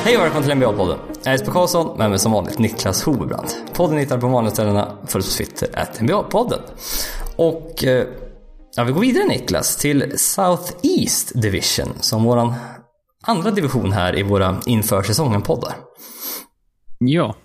Hej och välkommen till NBA-podden. Jag är Jesper Karlsson, med mig som vanligt Niklas Hovebrand. Podden hittar på vanliga ställena, följ oss på Twitter @NBA-podden. Och vi går vidare, Niklas, till South East Division, som våran andra division här i våra inför säsongen-poddar. Ja.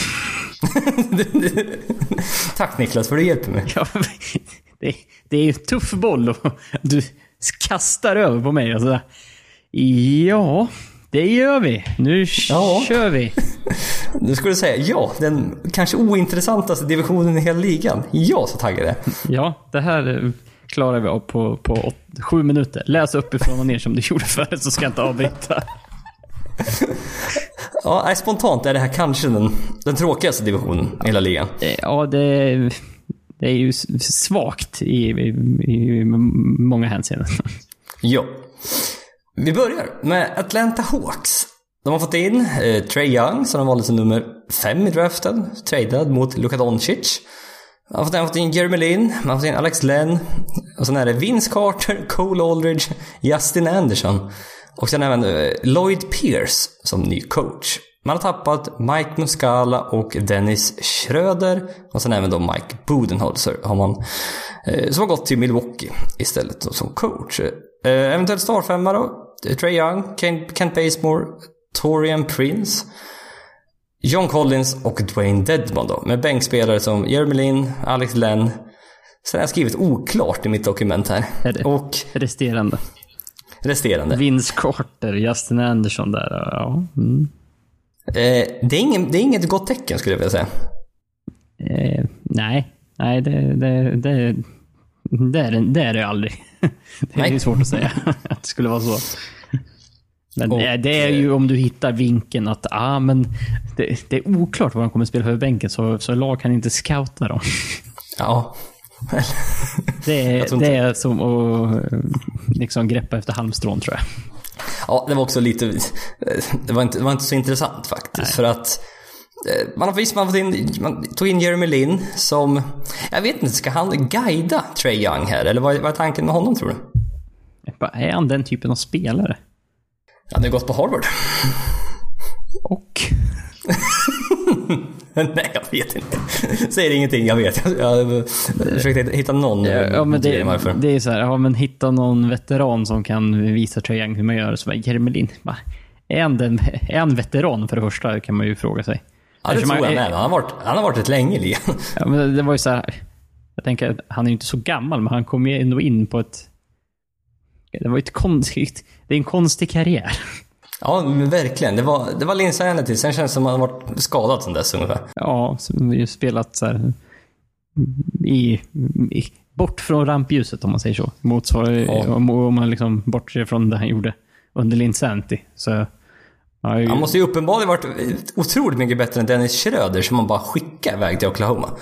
Tack Niklas för att du hjälper mig. Ja, det är ju en tuff boll och du kastar över på mig. Alltså. Ja, det gör vi. Nu kör vi. Nu skulle du säga, den kanske ointressantaste divisionen i hela ligan. Ja, så taggade. Ja, det här klarar vi av på 7 minuter. Läs uppifrån och ner som du gjorde förut, så ska jag inte avbryta. Ja, spontant är det här kanske den tråkigaste divisionen i hela ligan. Ja, det är ju svagt i många hänseenden. Ja. Vi börjar med Atlanta Hawks. De har fått in Trae Young, som de valde som nummer 5 i draften, tradad mot Luka Doncic. Man har fått in Jeremy Lin, man har fått in Alex Len, och sen är det Vince Carter, Cole Aldridge, Justin Anderson och sen även Lloyd Pierce som ny coach. Man har tappat Mike Muscala och Dennis Schröder, och sen även då Mike Budenholzer har man, som har gått till Milwaukee istället då, som coach. Eventuellt starfemma då: Trae Young, Kent Bazemore, Taurean Prince, John Collins och Dwayne Dedmon då, med bänkspelare som Jeremy Lin, Alex Len. Sen har jag skrivit oklart i mitt dokument här. Och resterande Vince Carter, Justin Anderson där. Ja. Mm. Det är inget gott tecken, skulle jag vilja säga. Nej, det är det aldrig. Det är ju svårt att säga att det skulle vara så. Men det är ju om du hittar vinkeln att men det är oklart vad de kommer spela för bänken, så lag kan inte scouta dem. Ja. Det är som att liksom greppa efter halmstrån, tror jag. Ja, det var också lite, det var inte så intressant faktiskt. Nej. För att man tog in Jeremy Lin som, jag vet inte, ska han guida Trae Young här, eller vad är tanken med honom, tror du? Är han den typen av spelare? Han har gått på Harvard. Och? Nej, jag vet inte. Säger ingenting, jag vet. Jag försökte hitta någon. Ja, men det är så här, men hitta någon veteran som kan visa Trae Young hur man gör. Så bara, Jeremy Lin, är han veteran för det första, kan man ju fråga sig. Ja, det tror jag med. Han har varit ett länge i ligan. Ja, men det var ju så här, jag tänker att han är ju inte så gammal, men han kom ju ändå in på det är en konstig karriär. Ja, men verkligen. Det var Linsanity. Sen känns det som att han har varit skadad sen dess ungefär. Ja, så vi har ju spelat så här bort från rampljuset, om man säger så. Om man liksom bortser från det han gjorde under Linsanity. Så han måste ju uppenbarligen varit otroligt mycket bättre än Dennis Schröder, som man bara skickar iväg till Oklahoma.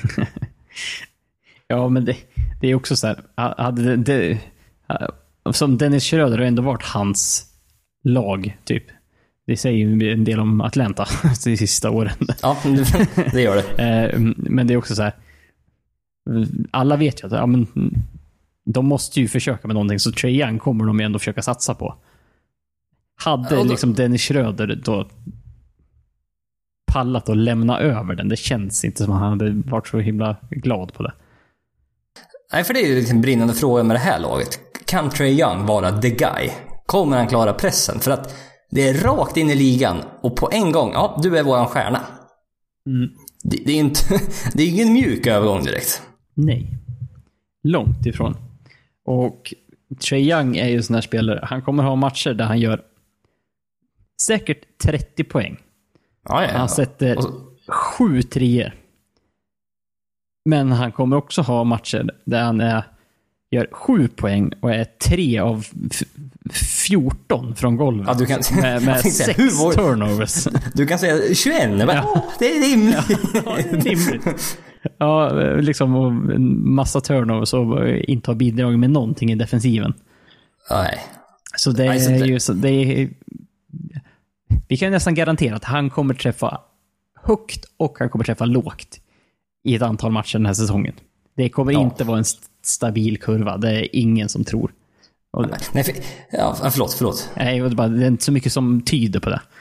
Ja, men det är också så här, som Dennis Schröder har ändå varit hans lag, typ. Det säger ju en del om Atlanta de sista åren. Ja, det gör det. Men det är också så här, alla vet ju att de måste ju försöka med någonting, så Trae Young kommer de ju ändå försöka satsa på. Hade liksom Dennis Schröder då pallat och lämna över den, det känns inte som han hade varit så himla glad på det. Nej, för det är ju liksom en brinnande fråga med det här laget. Kan Trae Young vara the guy? Kommer han klara pressen? För att det är rakt in i ligan och på en gång, du är våran stjärna. Mm. Det är ingen mjuk övergång direkt. Nej, långt ifrån. Och Trae Young är ju sån här spelare, han kommer ha matcher där han gör säkert 30 poäng. Ja. Han sätter 7 treor. Men han kommer också ha matcher där han gör 7 poäng och är 3 av 14 från golvet. Ja, du kan, med 6 turnovers. Du kan säga 21. Det är rimligt. Ja, liksom en massa turnovers och inte ha bidrag med någonting i defensiven. Nej. Så det är ju så, det är, vi kan nästan garantera att han kommer träffa högt och han kommer träffa lågt i ett antal matcher den här säsongen. Det kommer inte vara en stabil kurva. Det är ingen som tror. Nej, förlåt. Nej, det är inte så mycket som tyder på det.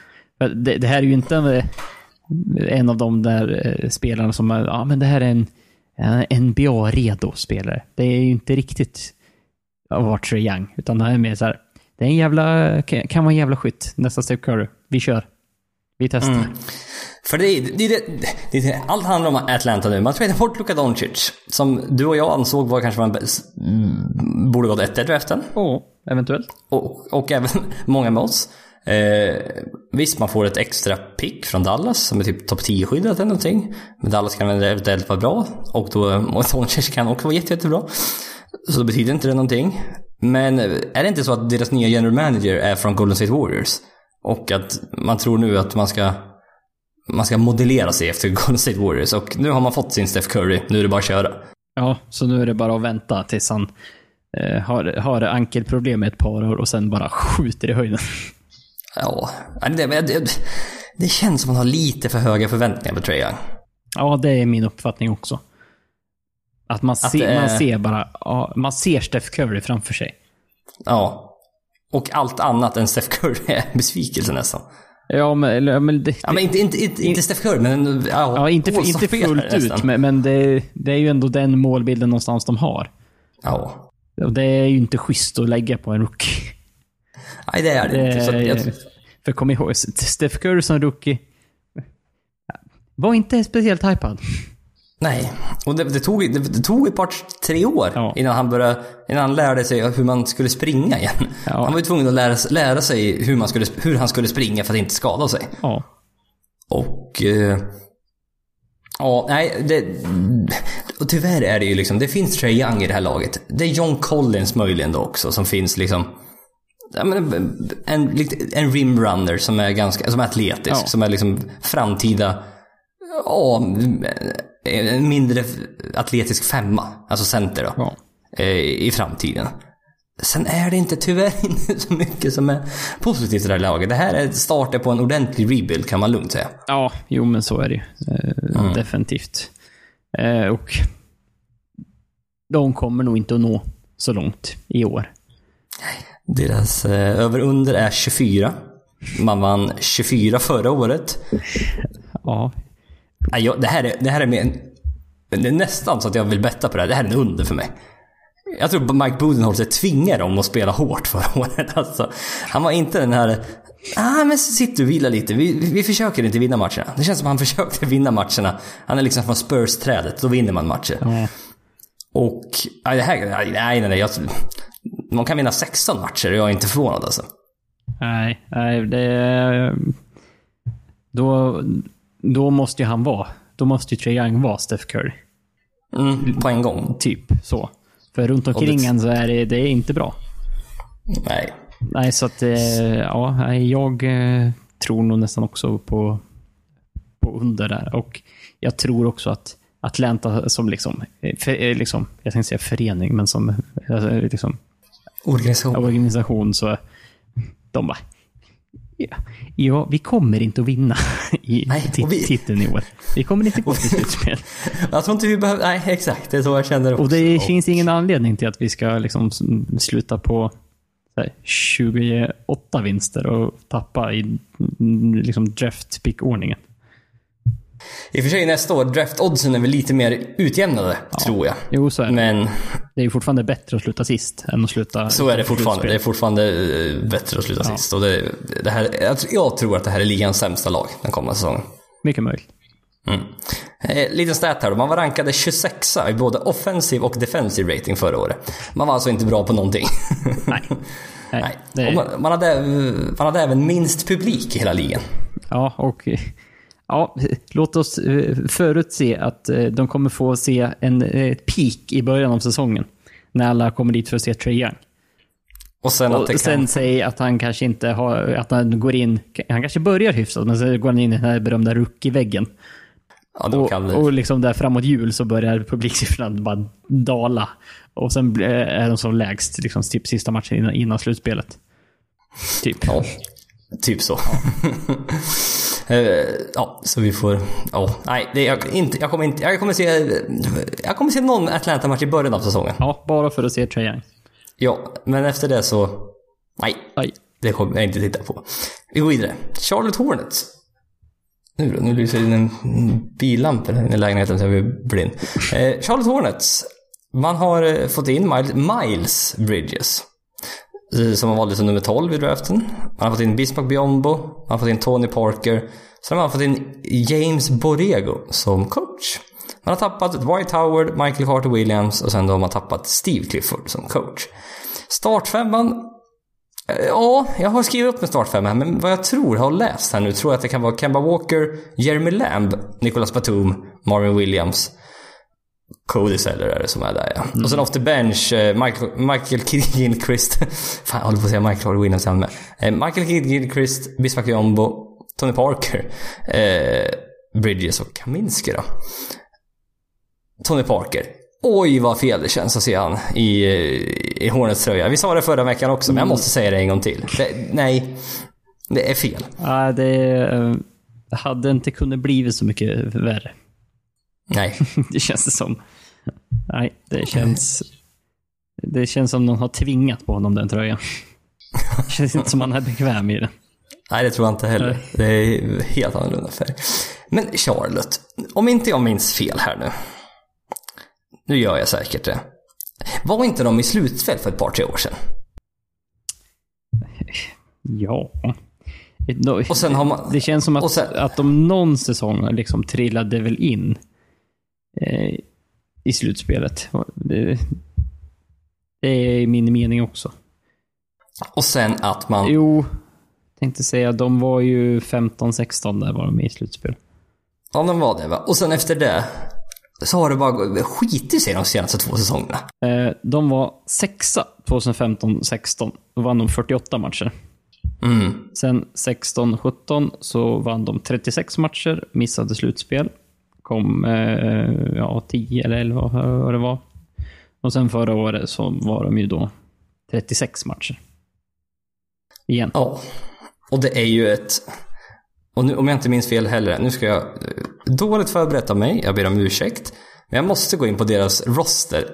Det här är ju inte en av de där spelarna som men det här är en NBA-redo spelare. Det är ju inte riktigt att vara Trae Young, utan det här är mer så här, det är kan vara en jävla skytt. Nästa Steph Curry. Vi kör. Vi testar. För det allt handlar om Atlanta nu. Man tradar bort Luka Doncic, som du och jag ansåg var kanske borde gått ett draften. Eventuellt. Och även många med oss. Visst, man får ett extra pick från Dallas som är typ topp 10-skyddat eller någonting. Men Dallas kan eventuellt vara bra. Och Doncic kan också vara jättebra. Så då betyder inte det någonting. Men är det inte så att deras nya general manager är från Golden State Warriors? Och att man tror nu att man ska modellera sig efter Golden State Warriors. Och nu har man fått sin Steph Curry. Nu är det bara att köra. Ja, så nu är det bara att vänta tills han har ankelproblem med ett par år och sen bara skjuter i höjden. Ja, det känns som att man har lite för höga förväntningar på Trae Young. Ja, det är min uppfattning också. Att man ser Steph Curry framför sig. Ja. Och allt annat än Steph Curry är besvikelse nästan. Ja, men inte Steph Curry, men inte fullt ut, men det är ju ändå den målbilden någonstans de har. Ja. Och det är ju inte schysst att lägga på en rookie. Nej, det är det inte. För kom ihåg, Steph Curry som rookie var inte speciellt hypad. Nej, och det tog ett par 3 år innan han lärde sig hur man skulle springa igen. Ja. Han var ju tvungen att lära sig hur han skulle springa för att inte skada sig. Ja. Och och tyvärr är det ju liksom, det finns Trae Young i det här laget. Det är John Collins möjligen då också som finns liksom, en rimrunner som är atletisk, som är liksom framtida en mindre atletisk 5, alltså center då, i framtiden. Sen är det tyvärr inte så mycket som är positivt i det här laget. Det här är starten på en ordentlig rebuild, kan man lugnt säga. Ja, jo men så är det ju. Definitivt. Och de kommer nog inte att nå så långt i år. Deras över-under är 24. Man vann 24 förra året. Ja. Det här är mer det är nästan så att jag vill betta på det här. Det här är en under för mig. Jag tror Mike Budenholzer tvingar dem att spela hårt förra året. Alltså, han var inte den här men sitt du vila lite. Vi försöker inte vinna matcherna. Det känns som han försökte vinna matcherna. Han är liksom från Spurs-trädet. Då vinner man matcher. Och det här, nej. Man kan vinna 16 matcher och jag är inte förvånad alltså. Nej, det då måste ju han vara. Då måste ju Trae Young vara Steph Curry. På en gång. Typ så. För runt omkring en så är det är inte bra. Nej, så att jag tror nog nästan också på under där. Och jag tror också att Atlanta som liksom jag tänkte säga förening, men som liksom organisation, så de bara vi kommer inte att vinna i titeln i år. Vi kommer inte gå till slutspel. Jag tror inte vi behöver. Nej, exakt. Det är så jag känner också. Och det finns ingen anledning till att vi ska liksom sluta på 28 vinster och tappa i liksom draft-pick-ordningen. I och för sig nästa år, draft-oddsen är väl lite mer utjämnade, tror jag. Jo, så är det. Men det är ju fortfarande bättre att sluta sist än att sluta. Så är det fortfarande. Det är fortfarande bättre att sluta sist. Och det här, jag tror att det här är ligans sämsta lag den kommande säsongen. Mycket möjligt. Liten stat här då. Man var rankade 26 i både offensive och defensive rating förra året. Man var alltså inte bra på någonting. Nej. Man hade även minst publik i hela ligan. Ja, och låt oss förutse att de kommer få se en peak i början av säsongen när alla kommer dit för att se Trae Young. Och sen säger att han kanske inte har, att han går in, han kanske börjar hyfsat, men så går han in i den här berömda rookie-väggen. Ja, och liksom där framåt jul så börjar publiksiffrorna bara dala. Och sen är de som lägst liksom, typ sista matchen innan slutspelet. Typ. Ja, typ så. Så vi får. Jag kommer se någon Atlanta-match i början av säsongen. Ja, bara för att se Trae Young. Ja, men efter det så. Nej. Det kommer jag inte titta på. Vi går vidare. Charlotte Hornets. Nu lyser det en billampa i lägenheten så jag blir blind. Charlotte Hornets. Man har fått in Miles Bridges, som har valt som nummer 12 i draften. Man har fått in Bismack Biyombo. Man har fått in Tony Parker. Sen har man fått in James Borrego som coach. Man har tappat Dwight Howard, Michael Carter Williams och sen då har man tappat Steve Clifford som coach. Startfemman. Ja, jag har skrivit upp med startfemman, men vad jag har läst här nu tror jag att det kan vara Kemba Walker, Jeremy Lamb, Nicholas Batum, Marvin Williams, Cody Zeller är det som är där, ja. Och sen off the bench Michael Kidd-Gilchrist fan, jag håller på att säga Michael Williams med. Michael Kidd-Gilchrist, Bismack Biyombo, Tony Parker, Bridges och Kaminsky då. Tony Parker. Oj, vad fel det känns att se han i Hornets tröja. Vi sa det förra veckan också, men jag måste säga det en gång till. Nej, det är fel. Ja, det hade inte kunnat bli så mycket värre. Nej. Det känns det som. Nej, det känns som någon har tvingat på honom den tröjan. Det känns inte som han är bekväm i den. Nej, det tror jag inte heller. Det är helt annorlunda färg. Men Charlotte, om inte jag minns fel här nu. Nu gör jag säkert det. Var inte de i slutspel för ett par 3 år sedan? Ja. Och sen har man, det känns som att de någon säsong liksom trillade väl in i slutspelet. Det är min mening också. Och sen att man... Jo, tänkte säga, de var ju 15-16 där var de i slutspel. Ja, de var det, va? Och sen efter det så har det bara skit i sig de senaste 2 säsongerna. De var 6 2015-16. Då vann de 48 matcher. Sen 16-17 så vann de 36 matcher, missade slutspel. Kom 10 eller 11 vad det var. Och sen förra året så var de ju då 36 matcher. Igen. Ja, och det är ju och nu, om jag inte minns fel heller, nu ska jag dåligt förbereda mig, jag ber om ursäkt. Men jag måste gå in på deras roster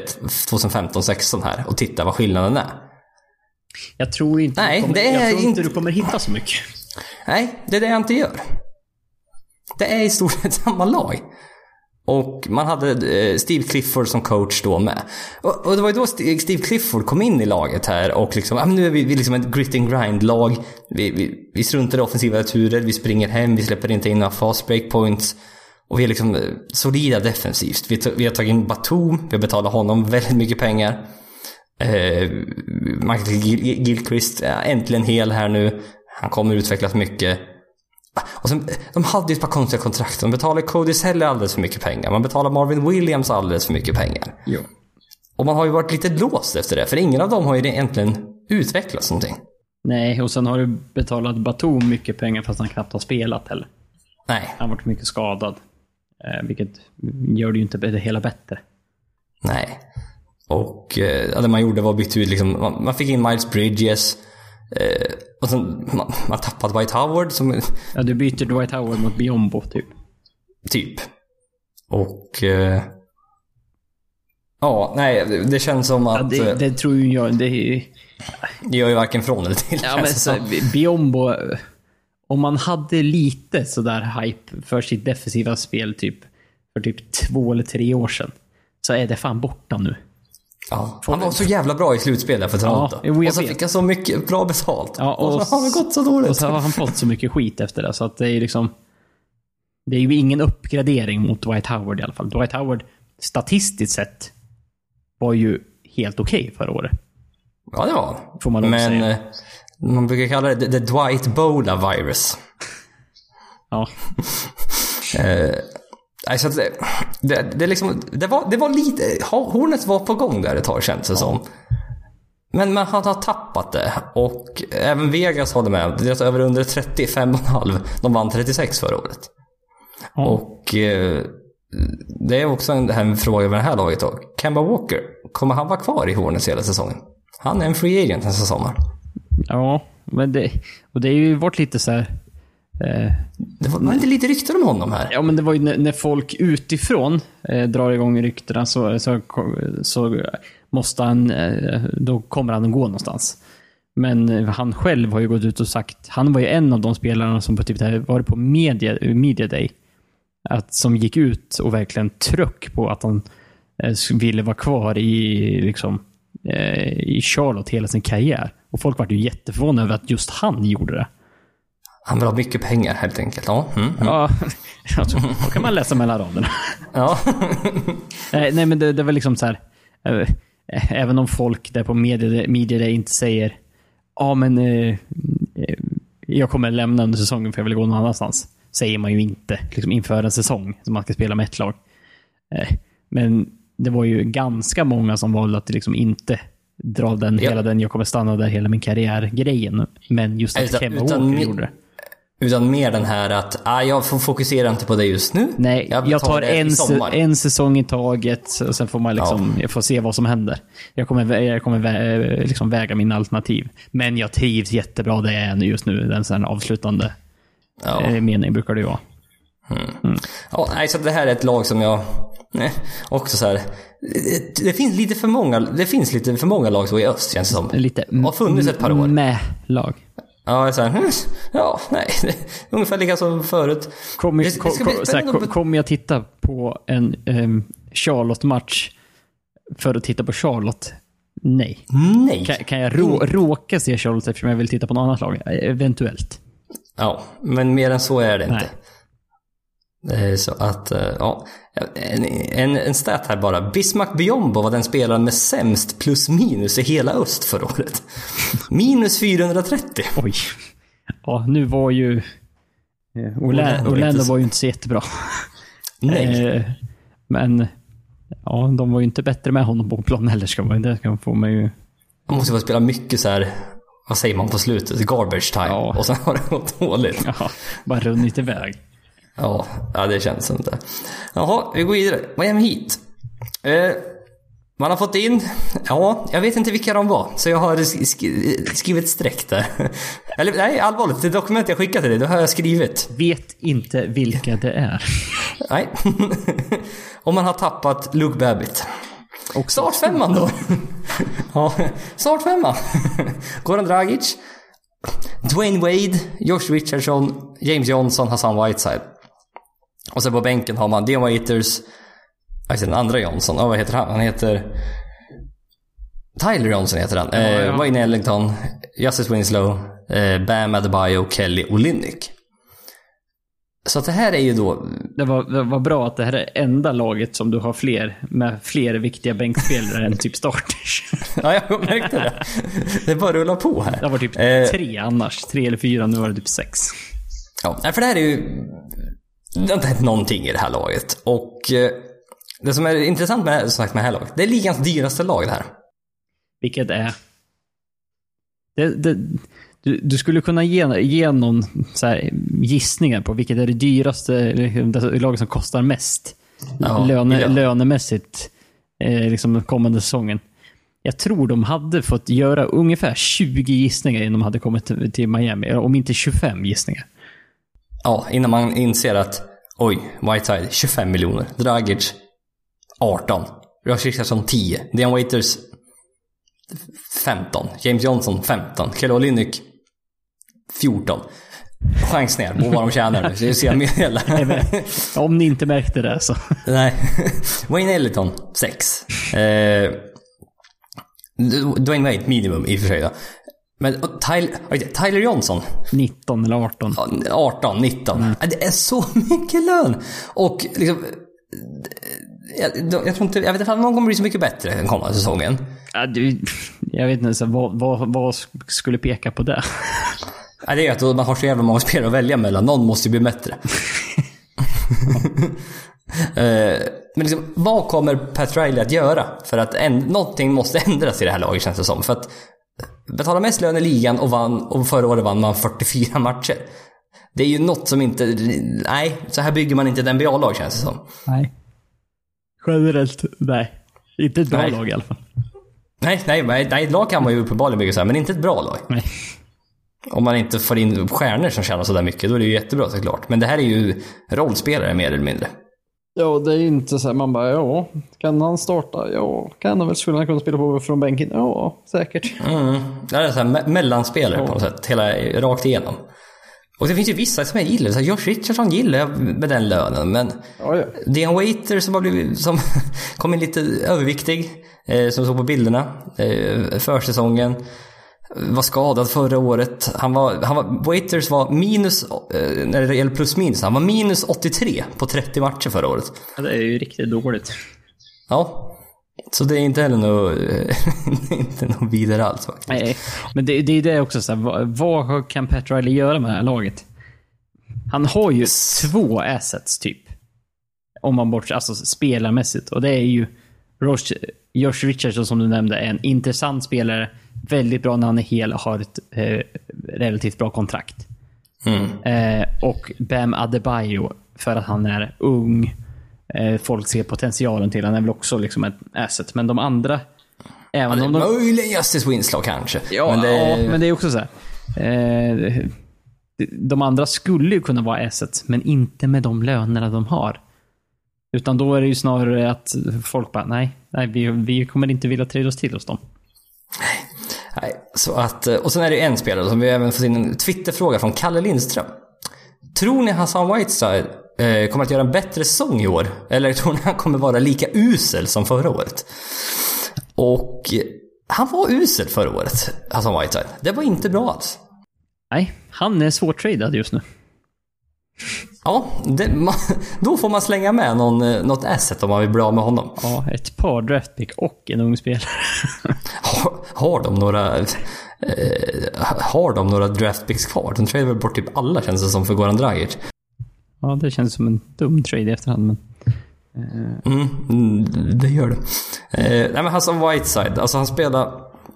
2015-16 här och titta vad skillnaden är. Jag tror inte, du kommer hitta så mycket. Nej, det är det jag inte gör. Det är i stort sett samma lag. Och man hade Steve Clifford som coach då med. Och det var ju då Steve Clifford kom in i laget här och liksom, nu är vi liksom ett grit and grind lag. Vi struntar i offensiva turer, vi springer hem, vi släpper inte in några fast break points. Och vi är liksom solida defensivt. Vi har tagit in Batum, vi har betalat honom väldigt mycket pengar. Michael Gilchrist är äntligen hel här nu. Han kommer utvecklas mycket. Och sen, de hade ju ett par konstiga kontrakt. De betalade Cody Zeller alldeles för mycket pengar. Man betalar Marvin Williams alldeles för mycket pengar. Jo. Och man har ju varit lite låst efter det. För ingen av dem har ju egentligen utvecklats någonting. Nej, och sen har du betalat Batum mycket pengar fast han knappt har spelat heller. Nej. Han har varit mycket skadad. Vilket gör det ju inte det hela bättre. Nej. Och det man gjorde var bytt ut liksom, man fick in Miles Bridges. Och sen man tappade Dwight Howard som... Ja, du byter Dwight Howard mot Biyombo typ. Och ja, nej, det känns som att det tror ju jag det gör ju varken från eller till. Ja, men så, Biyombo, om man hade lite sådär hype för sitt defensiva spel för typ 2 eller 3 år sedan, så är det fan borta nu. Ja, han var så jävla bra i slutspel där för Toronto. Ja, och så fick han så mycket bra betalt. Ja, och så har han gått så dåligt. Och så har han fått så mycket skit efter det. Så att det är liksom... Det är ju ingen uppgradering mot Dwight Howard i alla fall. Dwight Howard, statistiskt sett, var ju helt okej förra året. Ja, det var. Får man säga. Men man brukar kalla det the Dwight Bola virus. Ja. Så det liksom det var lite Hornets var på gång där ett tag, känns det som. Men man har tappat det. Och även Vegas håller med. Det är över under 35,5. De vann 36 förra året. Och det är också en fråga med det här laget då. Kemba Walker, kommer han vara kvar i Hornets hela säsongen? Han är en free agent nästa sommar. Ja, men det är ju varit lite så här. Det var inte lite rykten om honom här. Ja, men det var ju när folk utifrån drar igång ryktena så måste han, då kommer han att gå någonstans. Men han själv har ju gått ut och sagt, han var ju en av de spelarna som på typ var på Media Day, som gick ut och verkligen tryck på att han ville vara kvar i Charlotte hela sin karriär. Och folk var ju jätteförvånade över att just han gjorde det. Han vill ha mycket pengar helt enkelt. Ja, ja, alltså, då kan man läsa mellan raderna. Ja. Nej, men det var liksom så här, även om folk där på Media Day inte säger jag kommer lämna under säsongen för jag vill gå någon annanstans, säger man ju inte liksom inför en säsong som man ska spela med ett lag. Men det var ju ganska många som valde att liksom inte dra hela den jag kommer stanna där hela min karriär-grejen. Men just att Kemba Walker gjorde det. Utan mer den här att jag får fokusera inte på det just nu. Nej, jag tar en säsong i taget och sen får man jag får se vad som händer. Jag kommer liksom väga mina alternativ. Men jag trivs jättebra det är just nu. Den sån avslutande mening brukar det ju vara. Ja, så det här är ett lag som jag också så här, det finns lite för många lag så i öst känns det som. Lite har funnits ett par år med lag. Ja, så här, ungefär lika som förut. Kommer jag titta på en Charlotte-match för att titta på Charlotte? Nej. Kan jag råka se Charlotte eftersom jag vill titta på något annat lag? Eventuellt. Ja, men mer än så är det inte. Så att, en stat här bara. Bismarck Biombo var den spelaren med sämst plus minus i hela öst förra året. Minus 430. Oj. Ja, nu var ju Orlando var ju inte så jättebra. Nej. Men de var ju inte bättre med honom på plan heller. Det kan få mig ju. Man måste ju spela mycket så här, vad säger man på slutet? Garbage time. Ja. Och sen har det gått dåligt. Ja, bara runnit iväg. Ja, det känns inte. Jaha, vi går vidare. Miami Heat. Man har fått in, jag vet inte vilka de var, så jag har skrivit streck där. Eller nej, allvarligt, det dokument jag skickade till dig, det har jag skrivit. Vet inte vilka det är. Nej. Och man har tappat Luke Babbitt. Och startfemman då. Ja, startfemman. Goran Dragic, Dwayne Wade, Josh Richardson, James Johnson, Hassan Whiteside. Och så på bänken har man Dion Waiters, den andra Johnson. Vad heter han? Han heter Tyler Johnson heter han. Wayne Ellington, Justice Winslow, Bam Adebayo, Kelly Olynyk. Så att det här är ju då... Det var bra att det här är enda laget som du har fler viktiga bänkspelare än typ starters. Ja, jag märkte det. Det bara rullar på här. Det var typ 3 annars. 3 eller 4, nu var det typ 6. Ja, för det här är ju... Det har inte hänt någonting i det här laget. Och det som är intressant med det här laget, det är ligans dyraste lag det här. Vilket är... Du skulle kunna ge någon så här gissningar på vilket är det dyraste laget som kostar mest lönemässigt liksom kommande säsongen. Jag tror de hade fått göra ungefär 20 gissningar innan de hade kommit till Miami, om inte 25 gissningar. Ja, innan man inser att Whiteside 25 miljoner, Dragic 18, Josh Richardson 10, Dion Waiters 15, James Johnson 15, Kelly Olynyk 14. Chans ner på vad de tjänar nu. Så jag ser med hela. Om ni inte märkte det så. Nej. Wayne Ellington 6. Dwayne Wade minimum i och för sig då. Men Tyler Johnson 19 eller 18. 18, 19. Det är så mycket lön. Och liksom jag tror inte, jag vet inte om någon kommer bli så mycket bättre den kommande säsongen. Jag vet inte så vad skulle peka på det. Ja, det är att man har så jävla många spelare att välja mellan. Någon måste ju bli bättre. Men liksom, vad kommer Pat Riley att göra? För att någonting måste ändras i det här laget, känns det som. För att betala mest lön i ligan och förra året vann man 44 matcher. Det är ju något som inte... Nej, så här bygger man inte ett NBA-lag, känns det som. Nej. Generellt, nej. Inte ett bra lag i alla fall. Nej, ett lag kan man ju uppenbarligen bygga så här, men inte ett bra lag. Nej. Om man inte får in stjärnor som tjänar så där mycket, då är det ju jättebra såklart. Men det här är ju rollspelare mer eller mindre. Ja, det är ju inte så här, man bara, ja, kan han starta? Ja, kan han väl, skulle han kunna spela på från bänken? Ja, säkert. Det är så här mellanspelare på något sätt, rakt igenom. Och det finns ju vissa som jag gillar, så här, Josh Richardson gillar jag med den lönen, men Dion Waiter som kom in lite överviktig, som såg på bilderna försäsongen, var skadad förra året. Waiters var minus, när det gäller plus minus, han var minus 83 på 30 matcher förra året. Ja, det är ju riktigt dåligt. Ja, så det är inte heller inte något vidare alls faktiskt. Nej, men det är det också så här, vad kan Pat Riley göra med det här laget? Han har ju 2 assets typ. Om man bort, alltså spelarmässigt, och det är ju Josh Richardson som du nämnde, är en intressant spelare, väldigt bra när han är hel och har ett relativt bra kontrakt. Och Bam Adebayo, för att han är ung, folk ser potentialen till, han är väl också liksom ett asset, men de andra, även om de möjligen Justice Winslow kanske. Ja, men det är också så här, de andra skulle ju kunna vara asset, men inte med de lönerna de har. Utan då är det ju snarare att folk bara, nej vi kommer inte vilja trada oss till oss dem. Nej, så att, och sen är det en spelare som vi även fått in en Twitterfråga från Kalle Lindström. Tror ni Hassan Whiteside kommer att göra en bättre säsong i år? Eller tror ni han kommer vara lika usel som förra året? Och han var usel förra året, Hassan Whiteside. Det var inte bra alls. Nej, han är svårtradad just nu. Ja, då får man slänga med något asset om man vill bli av med honom. Ja, ett par draftpick och en ung spelare. Har de några draftpicks kvar? De tradar väl bort typ alla, känns det som, för Goran Dragic. Ja, det känns som en dum trade i efterhand, men det gör det. Nej, men Hassan Whiteside, alltså han spelar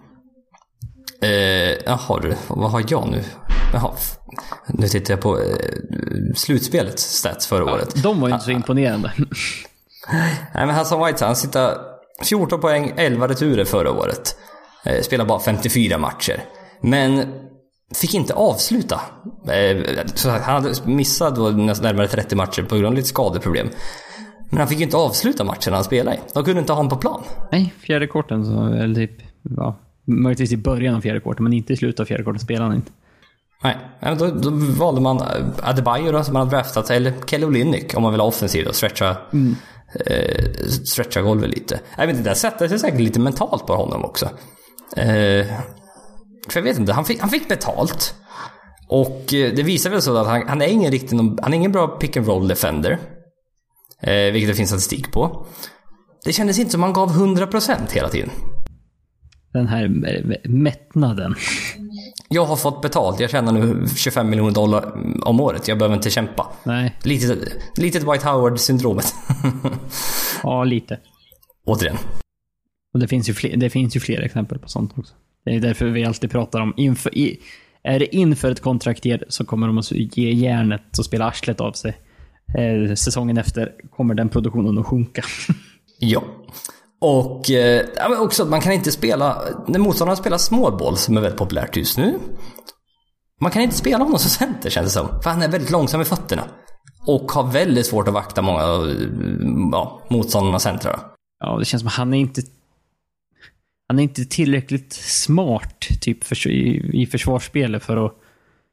vad har jag nu? Nu tittar jag på slutspelet stats förra året. De var ju inte så imponerande. Nej, men Hassan Whiteside, han sitter 14 poäng, 11 returer förra året. Spelar bara 54 matcher. Men fick inte avsluta. Så han hade missat då närmare 30 matcher på grund av lite skadeproblem. Men han fick ju inte avsluta matchen han spelade i. De kunde inte ha honom på plan. Nej, fjärde korten så, eller typ, ja, möjligtvis i början av fjärde korten, men inte i slutet av fjärde korten spelade han inte. Nej, då valde man Adebayo då, som man hade draftat, eller Kelly Olynyk om man vill ha offensiv och stretcha golvet lite. Jag vet inte, det sätter sig säkert lite mentalt på honom också. För jag vet inte, han fick betalt. Och det visar väl så att han är ingen bra pick and roll defender. Vilket det finns statistik på. Det kändes inte som han gav 100% hela tiden. Den här mättnaden. Jag har fått betalt. Jag tjänar nu $25 miljoner om året. Jag behöver inte kämpa. Nej. Litet White Howard-syndromet. Ja, lite. Återigen. Och det finns ju fler exempel på sånt också. Det är därför vi alltid pratar om är det inför ett kontraktår så kommer de att ge järnet och spela arslet av sig. Säsongen efter kommer den produktionen att sjunka. Ja. Och också att man kan inte spela, när motståndarna spelar småboll som är väldigt populärt just nu, man kan inte spela honom som center, känns det som, för han är väldigt långsam i fötterna och har väldigt svårt att vakta många motståndarna centrar. Ja, det känns som att han är inte tillräckligt smart typ i försvarsspelet för att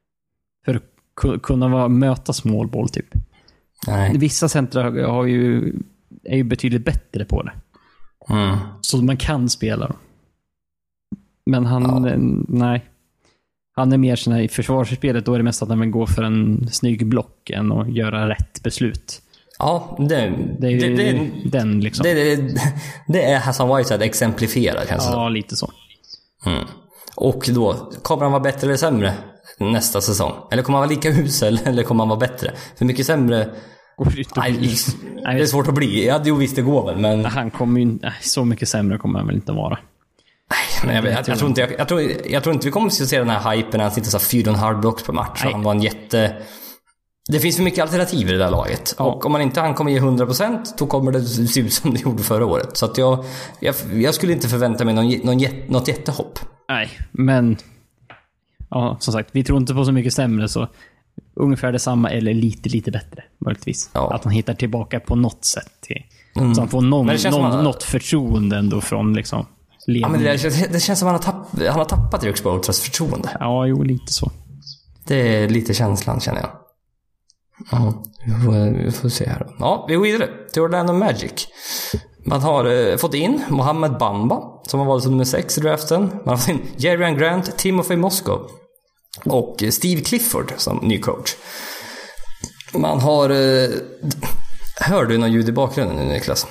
kunna möta småboll typ. Nej. Vissa centrar är ju betydligt bättre på det. Så man kan spela dem. Men nej. Han är mer sån här i försvarsspelet, då är det mest att han går för en snygg block än att göra rätt beslut. Ja, det är den liksom. Det är Hassan Whiteside exemplifierad, kanske. Ja, lite så. Och då kommer han vara bättre eller sämre nästa säsong? Eller kommer han vara lika usel, eller kommer han vara bättre? För mycket sämre. Det är svårt att bli. Ja, jo, visst det går väl, men han kommer ju så mycket sämre kommer han väl inte vara. Nej, men jag tror inte vi kommer att se den här hypen när han sitter så 4,5 blocks per match. Han var en det finns för mycket alternativ i det där laget. Ja. Och om han kommer ge 100%, då kommer det se ut som det gjorde förra året. Så att jag skulle inte förvänta mig något jättehopp. Nej, men ja, som sagt, vi tror inte på så mycket sämre, så ungefär detsamma eller lite bättre möjligtvis. Ja. Att han hittar tillbaka på något sätt till, så han får något förtroende ändå från liksom ledningen. Ja, men det känns som han har tappat Rick Spoelstras förtroende. Ja, jo, lite så. Det är lite känslan, känner jag. Ja, vi får se här då. Ja, vi går vidare till Orlando Magic. Man har fått in Mohamed Bamba, som har varit som nummer 6 i draften. Man har fått in Jerian Grant, Timofey Moskov och Steve Clifford som ny coach. Man har... hör du någon ljud i bakgrunden nu, Niklas?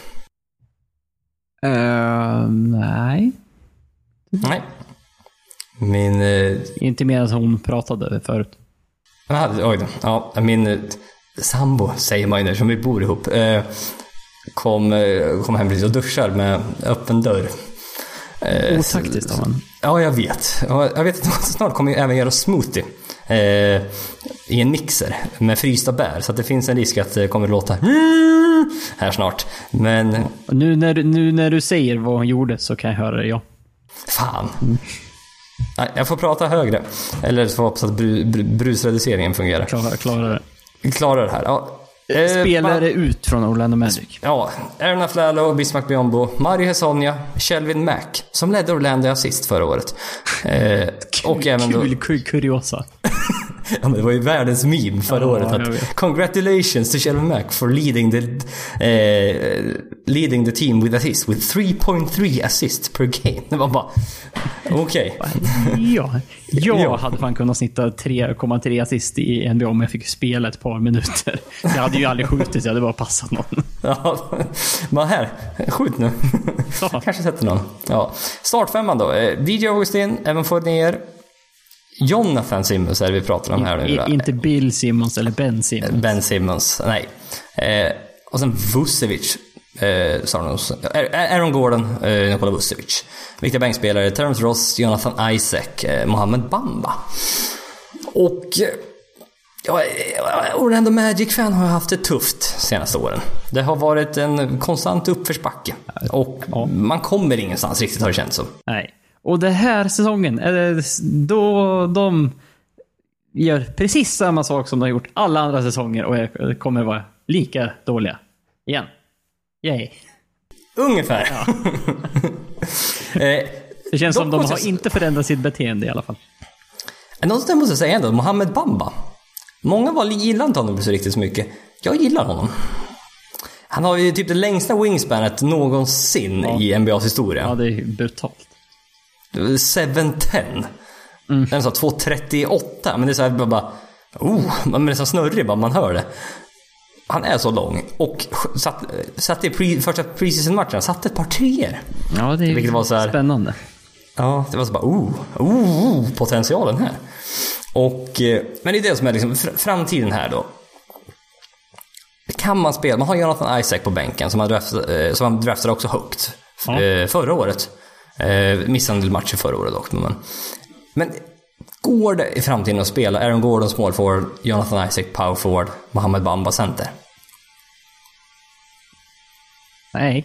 Nej. Inte mer än hon pratade förut. Oj då. Ja, min sambo, säger man ju nu, som vi bor ihop, kom hem precis och duschar med öppen dörr. Otaktiskt av man. Ja, jag vet. Jag vet att snart kommer jag även göra smoothie i en mixer med frysta bär, så att det finns en risk att det kommer att låta här snart. Men nu när du säger vad hon gjorde så kan jag höra det, ja. Fan. Nej, jag får prata högre. Eller så hoppas att brusreduceringen fungerar. Klarar det här. Ja. Spelare ut från Orlando Magic. Ja, Aaron Aflalo, Bismack Biyombo, Mario Hezonja, Shelvin Mack, som ledde Orlando assist förra året. Och även då... Kul kuriosa. Ja, men det var ju världens meme förra året. Att, congratulations to Shelvin Mack for leading the team with assist with 3.3 assists per game. Det var bara okej. Jag hade fan kunnat snitta 3,3 assist i NBA om jag fick spela ett par minuter. Jag hade ju aldrig skjutit, jag hade bara passat någon. Ja, men här, skjut nu. Kanske sätter någon. Ja. Startfemman då. DJ Augustin, Evan Fournier, Jonathan Simmons är det vi pratar om här nu. Inte Bill Simmons eller Ben Simmons. Ben Simmons, nej. Och sen Vucevic, Aaron Gordon, Nikola Vucevic. Viktiga bänkspelare, Terrence Ross, Jonathan Isaac, Mohamed Bamba. Och Orlando Magic-fan har haft det tufft senaste åren. Det har varit en konstant uppförsbacke. Och man kommer ingenstans riktigt, har det känts som. Nej. Och det här säsongen, då de gör precis samma sak som de har gjort alla andra säsonger och kommer vara lika dåliga igen. Yay. Ungefär. Ja. Det känns som de har inte förändrat sitt beteende i alla fall. Något jag måste säga ändå, Mohamed Bamba. Många gillar inte honom så riktigt så mycket. Jag gillar honom. Han har ju typ det längsta wingspanet någonsin i NBAs historia. Ja, det är brutalt. 7'10". Den är så 2'38", men det är så här bara man är så snurrig bara man hör det. Han är så lång och satt i första preseason-matchen, satt ett par treor. Ja, det är var så här, spännande. Ja, det var så bara potentialen här. Och men det är det som är liksom framtiden här då. Kan man spela? Man har Jonathan Isaac på bänken som han draftade också högt förra året. Missade en del matcher förra året dock. Men går det i framtiden att spela Aaron Gordon small forward, Jonathan Isaac power forward, Mohamed Bamba center? Nej.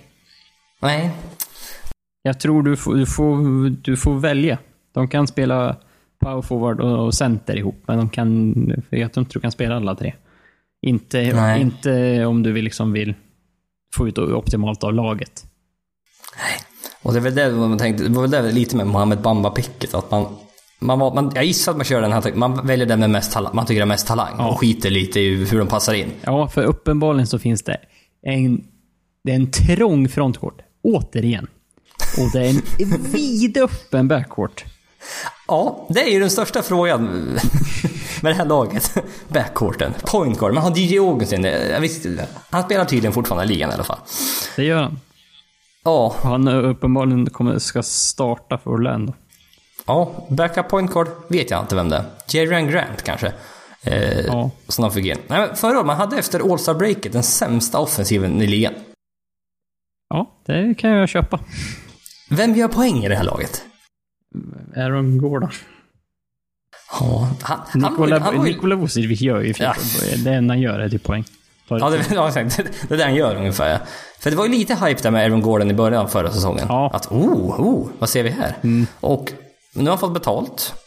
Jag tror du får välja. De kan spela power forward och center ihop, men jag tror inte du kan spela alla tre. Inte om du vill få ut optimalt av laget. Nej. Och det är väl det man tänkte, det var väl det lite med Mohamed Bamba-picket, att jag gissar att man kör den här, man väljer den med mest talang, man tycker det är mest talang och skiter lite i hur de passar in. Ja, för uppenbarligen så finns det en trång frontcourt, återigen. Och det är en vidöppen backcourt. Ja, det är ju den största frågan med det här laget. Backcourten, pointguard. Man har DJ Augustin, han spelar tydligen fortfarande i ligan i alla fall. Det gör han. Ja. Han uppenbarligen ska starta för Orlando. Ja, backup point guard vet jag inte vem det är. Jerian Grant kanske. Som de fick in. Nej, men förra året, man hade efter All-Star-breaket den sämsta offensiven i ligan. Ja, det kan jag köpa. Vem gör poäng i det här laget? Aaron Gordon. Ja, Nikola Vucevic gör ju det enda han gör är typ poäng. Ja, det är det han gör ungefär. Ja. För det var ju lite hype där med Aaron Gordon i början av förra säsongen. Ja. Att, vad ser vi här? Och nu har han fått betalt.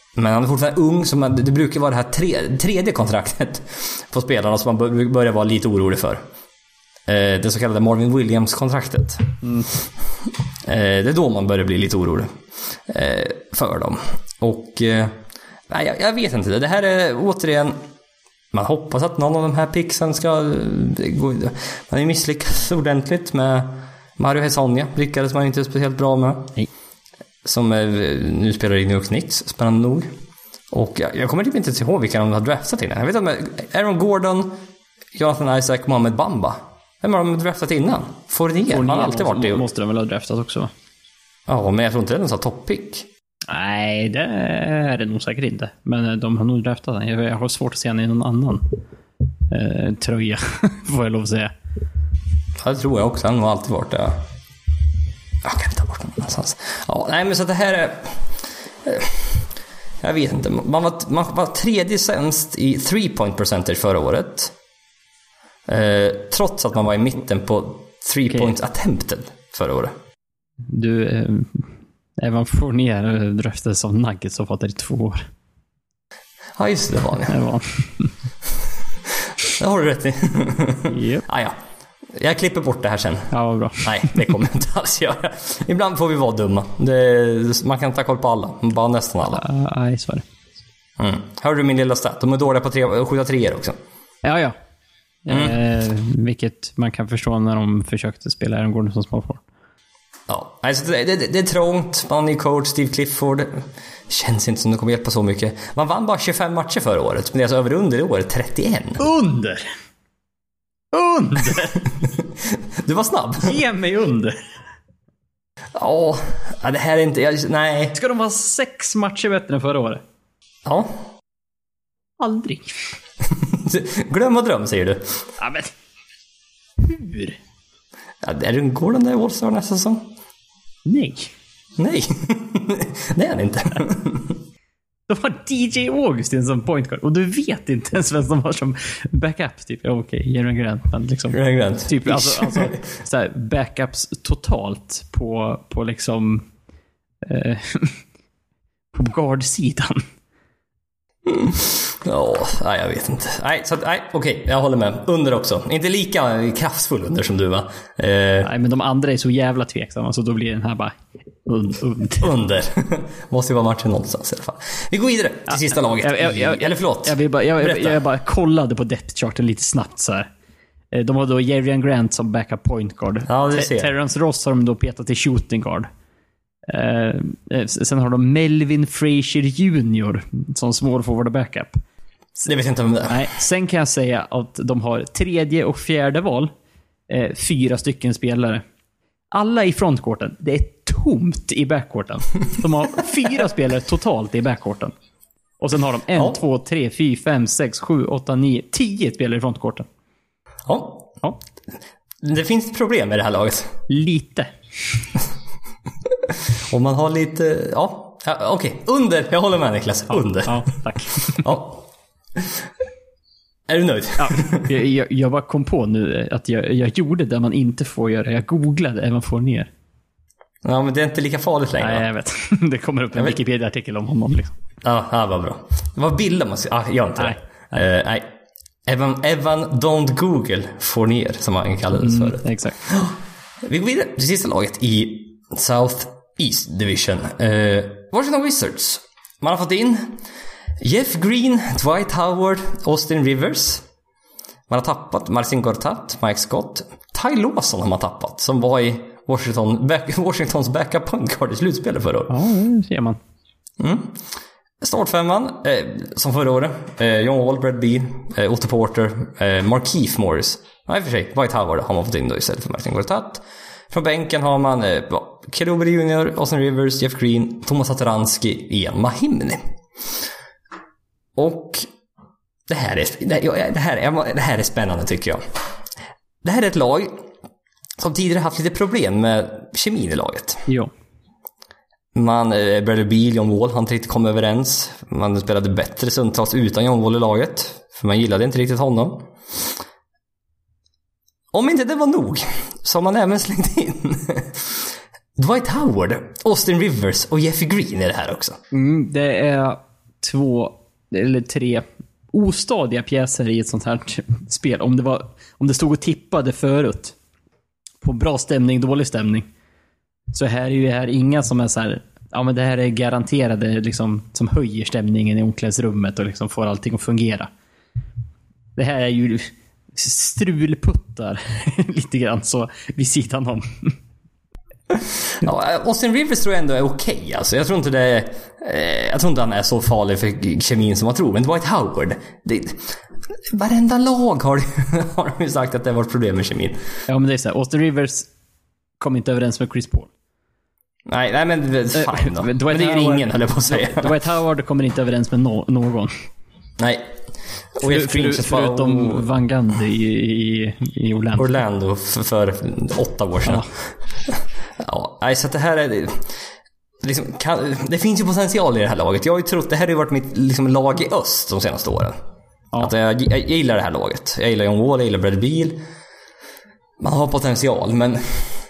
Men han är fortfarande ung, så det brukar vara det här tredje kontraktet på spelarna som man börjar vara lite orolig för. Det så kallade Marvin Williams-kontraktet. Det är då man börjar bli lite orolig för dem. Och jag vet inte. Det här är återigen, man hoppas att någon av de här picksen ska gå. Man är misslyckats ordentligt med Mario Hezonja. Lyckades man inte speciellt bra med. Nej. Som nu spelar i New York Knicks, spännande nog. Och jag kommer typ inte ihåg vilka de har draftat innan. Jag vet inte, Aaron Gordon, Jonathan Isaac, Mohamed Bamba. Vem har de draftat innan? Fournier har alltid varit det. Måste de väl ha draftat också? Ja, men jag tror inte det är någon sån toppick. Nej, det är det nog säkert inte. Men de har nog draftat den. Jag har svårt att se den i någon annan tröja, får jag lov att säga. Ja, det tror jag också. Han har alltid varit där. Jag kan ta bort den någonstans. Ja, nej, men så det här är... Jag vet inte. Man var tredje sämst i 3-point percentage förra året. Trots att man var i mitten på 3-point attempted förra året. Du, Evan Fournier draftades av Nuggets så fattar det 2 år. Ja, just det, var det. Var. Det har du rätt i. Yep. Ja. Jag klipper bort det här sen. Ja, vad bra. Nej, det kommer jag inte alls göra. Ibland får vi vara dumma. Man kan ta koll på alla. Bara nästan alla. Nej, så är det. Hör du min lilla stat? De är dåliga på 7 3 också. Ja. Vilket man kan förstå när de försökte spela Aaron Gordon som small forward. Ja, alltså det är trångt. Man är coach, Steve Clifford. Känns inte som det kommer hjälpa så mycket. Man vann bara 25 matcher förra året. Men det är alltså över under i år 31. Under! Du var snabb. Ge mig under. Ja, det här är inte... nej. Ska de vara 6 matcher bättre än förra året? Ja. Aldrig. Glöm och dröm, säger du. Ja, men... Hur? Ja, är du en Gordon där i All-Star nästa säsong? Nej. Det är han inte. De har DJ Augustin som point guard. Och du vet inte ens vem de har som backup. Typ, okej, Jaren Grant. Men liksom, Grant. Typ, alltså så här, backups totalt på liksom på guardsidan. Nej, jag vet inte. Okej, jag håller med. Under också. Inte lika kraftfull under som du, va? Nej, men de andra är så jävla tveksamma. Så då blir den här bara under. Måste ju vara matchen någonstans i alla fall. Vi går vidare till sista laget. Eller förlåt. Jag bara kollade på depth charten lite snabbt så här. De har då Jaren Grant som backup point guard. Ja, det ser. Terrence Ross har de då petat till shooting guard. Sen har de Melvin Frazier Jr. som small forward och backup. Det vet jag inte om det är. Nej, sen kan jag säga att de har 3:e och 4:e val. 4 stycken spelare. Alla i frontcourten. Det är tomt i backcourten. De har 4 spelare totalt i backcourten. Och sen har de 1, 2, 3, 4, 5, 6, 7, 8, 9, 10 spelare i frontcourten. Ja. Det finns problem med det här laget. Lite. Om man har lite... Ja, okej. Under. Jag håller med, Niklas. Under. Ja, tack. Ja. Är du nöjd? Ja, jag bara kom på nu att jag gjorde det man inte får göra. Jag googlade Evan Fournier. Ja, men det är inte lika farligt längre. Nej, jag vet. Det kommer upp en Wikipedia-artikel om honom. Liksom. Ja, vad bra. Det var bilder man ska... gör inte det. Nej. Evan Don't Google Fournier, som han kallades för. Exakt. Vi går vidare till sista laget i South East Division. Washington Wizards. Man har fått in Jeff Green, Dwight Howard, Austin Rivers. Man har tappat Marcin Gortat, Mike Scott. Ty Lawson har man tappat, som var i Washingtons backup point guard i slutspelet förra året. Ja, det ser man. Startfemman, som förra året. John Wall, Brad Beal, Otto Porter, Markieff Morris. Ja, i och för sig, Dwight Howard har man fått in då istället för Marcin Gortat. Från bänken har man Keruber Jr., Austin Rivers, Jeff Green, Thomas Satoransky, Ian Mahimni. Och det här är spännande, tycker jag. Det här är ett lag som tidigare haft lite problem med kemin i laget. Jo. Bradley Beal, John Wall, han inte riktigt kom överens. Man spelade bättre stundtals utan John Wall i laget, för man gillade inte riktigt honom. Om inte det var nog, så har man även slängt in Dwight Howard, Austin Rivers och Jeff Green i det här också. Det är 2 eller 3 ostadiga pjäser i ett sånt här spel. Om det stod och tippade förut på bra stämning, dålig stämning, så här är ju här inga som är så här, ja men det här är garanterade liksom, som höjer stämningen i omklädningsrummet och liksom får allting att fungera. Det här är ju strulputtar lite grann så vid sidan om. Ja, Austin Rivers tror jag ändå är okej. Alltså, jag tror inte han är så farlig för kemin som man tror. Men Dwight Howard, varenda lag har de ju sagt att det var ett problem med kemin. Ja, men det är så här, Austin Rivers kom inte överens med Chris Paul. Nej, men fine då. Men det är ju ingen, höll jag på att säga. Dwight Howard kommer inte överens med någon. Nej. Och förutom Van Gundy i Orlando. Orlando för 8 år sedan. Ja, så att det här är liksom, det finns ju potential i det här laget. Jag har ju trott, det här har ju varit mitt liksom, lag i öst de senaste åren. Ja. Att jag gillar det här laget. Jag gillar John Wall, jag gillar Bradley Beal. Man har potential, men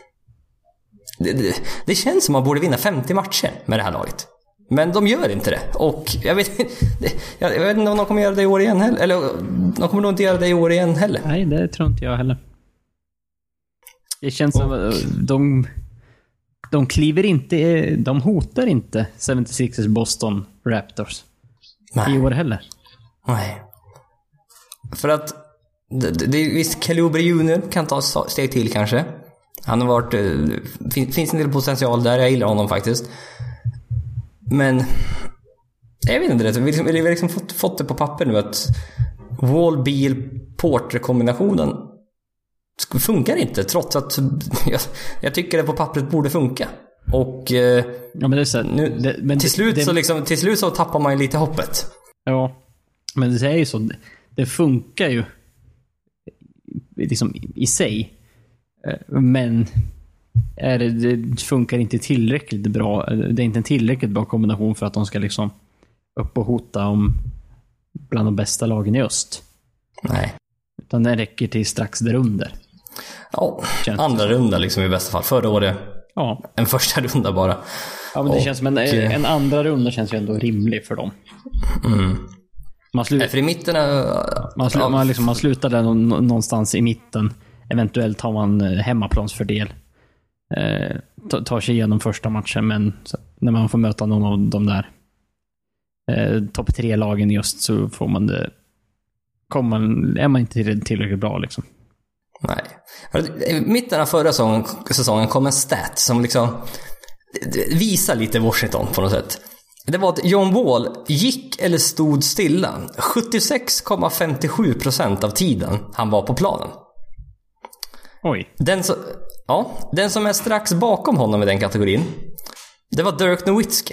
det känns som man borde vinna 50 matcher med det här laget. Men de gör inte det. Och jag vet inte om de kommer göra det i år igen heller. Eller de kommer nog inte göra det i år igen heller. Nej, det tror inte jag heller. Det känns som de kliver inte, de hotar inte 76ers Boston Raptors. Nej. I år heller. Nej. För att visst, Kelly Oubre Jr. kan ta steg till kanske. Han har varit finns en del potential där, jag gillar honom faktiskt. Men jag vet inte det. Vi har liksom fått det på papper nu att Wall, Beal, Porter-kombinationen funkar inte, trots att jag tycker det på pappret borde funka. Och ja, men det är så, nu, till slut så tappar man ju lite hoppet. Ja, men det är ju så. Det funkar ju liksom i sig. Men det funkar inte tillräckligt bra. Det är inte en tillräckligt bra kombination för att de ska liksom upp och hota om bland de bästa lagen i öst. Nej. Utan den räcker till strax därunder. Ja, andra runda liksom i bästa fall. Förra året en första runda bara. Ja, men det känns som en andra runda känns ju ändå rimlig för dem. För i mitten man slutar där någonstans i mitten. Eventuellt har man hemmaplansfördel. Tar sig igenom första matchen, men när man får möta någon av de där topp 3-lagen just så får man det, är man inte tillräckligt bra liksom. Nej. I mitten av förra säsongen kom en stat som liksom visar lite Washington på något sätt. Det var att John Wall gick eller stod stilla 76,57% av tiden han var på planen. Oj. Den som är strax bakom honom i den kategorin, det var Dirk Nowitzki.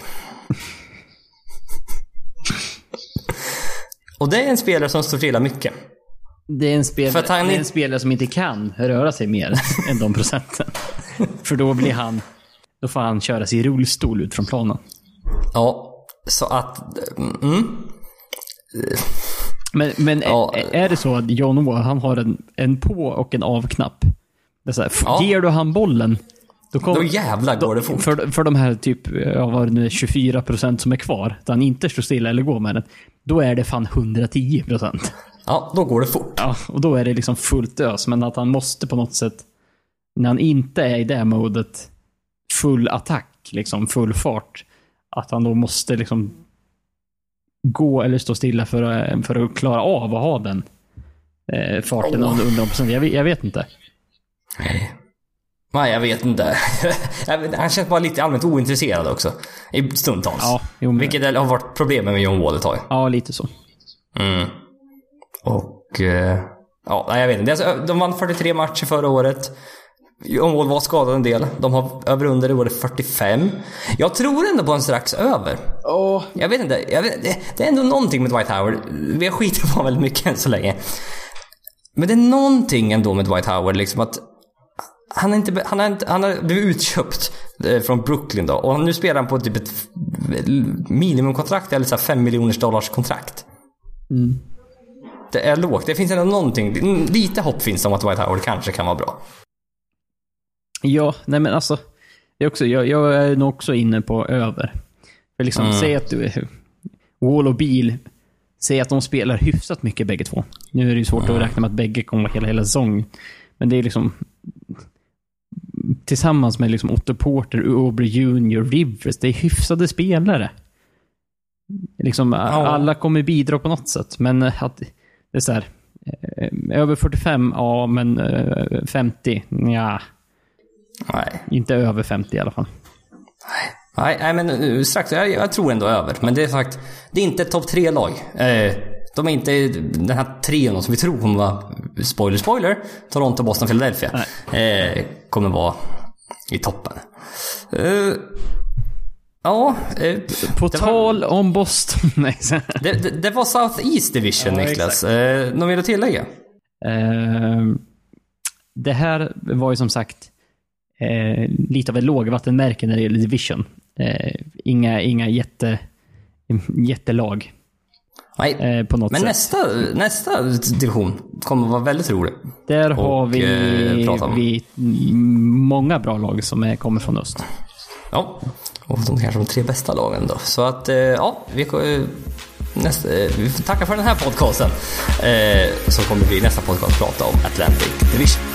Och det är en spelare som står stilla mycket. Det är en spelare som inte kan röra sig mer än de procenten. För då får han köra sig i rullstol ut från planen. Ja, så att Men är det så att John Wall, han har en på och en av-knapp? Det är så här, ger du han bollen, då jävlar går det fort. För de här typ, vad det nu är, 24% som är kvar, där han inte står stilla eller går med den, då är det fan 110%. Ja, då går det fort. Ja, och då är det liksom fullt ös. Men att han måste på något sätt, när han inte är i det modet, full attack, liksom full fart, att han då måste liksom gå eller stå stilla för att klara av att ha den farten under 100%. Jag vet inte. Nej, jag vet inte. Han känns bara lite allmänt ointresserad också i stundtals. Ja, vilket har varit problemet med John Wall ett tag. Ja, lite så. Och jag vet inte. De vann 43 matcher förra året. John Wall var skadad en del. De har över under det året 45. Jag tror ändå på en strax över. Jag vet inte. Det är ändå någonting med Dwight Howard. Vi har skitit på väldigt mycket än så länge. Men det är någonting ändå med Dwight Howard liksom, att han har blivit utköpt från Brooklyn då, och nu spelar han på typ ett minimumkontrakt eller så här $5 miljoner kontrakt. Det är lågt. Det finns ändå någonting, lite hopp finns om att Dwight Howard kanske kan vara bra. Ja, nej men alltså jag är nog också inne på över. För liksom säg att Wall och Beal säger att de spelar hyfsat mycket bägge två. Nu är det ju svårt att räkna med att bägge kommer hela säsongen. Men det är liksom tillsammans med liksom Otto Porter, Aubrey Jr., Rivers, det är hyfsade spelare. Liksom, alla kommer bidra på något sätt. Men att det är så här, över 45, ja, men 50, ja. Nej. Inte över 50 i alla fall. Nej, men strax, jag tror ändå över. Men det är sagt, det är inte ett topp 3-lag. De är inte den här trion som vi tror kommer vara, spoiler, Toronto, Boston, Philadelphia. Kommer vara i toppen. På tal om Boston. det var Southeast Division, Niklas. Någon vill du tillägga? Det här var ju som sagt lite av ett lågvattenmärke när det gäller Division. Inga jättelag. Nej, på något men sätt. nästa division kommer vara väldigt rolig. Där har vi många bra lag som kommer från öst. Ja, och de kanske de 3 bästa lagen då. Så att vi tackar för den här podcasten. Så kommer vi i nästa podcast prata om Atlantic Division.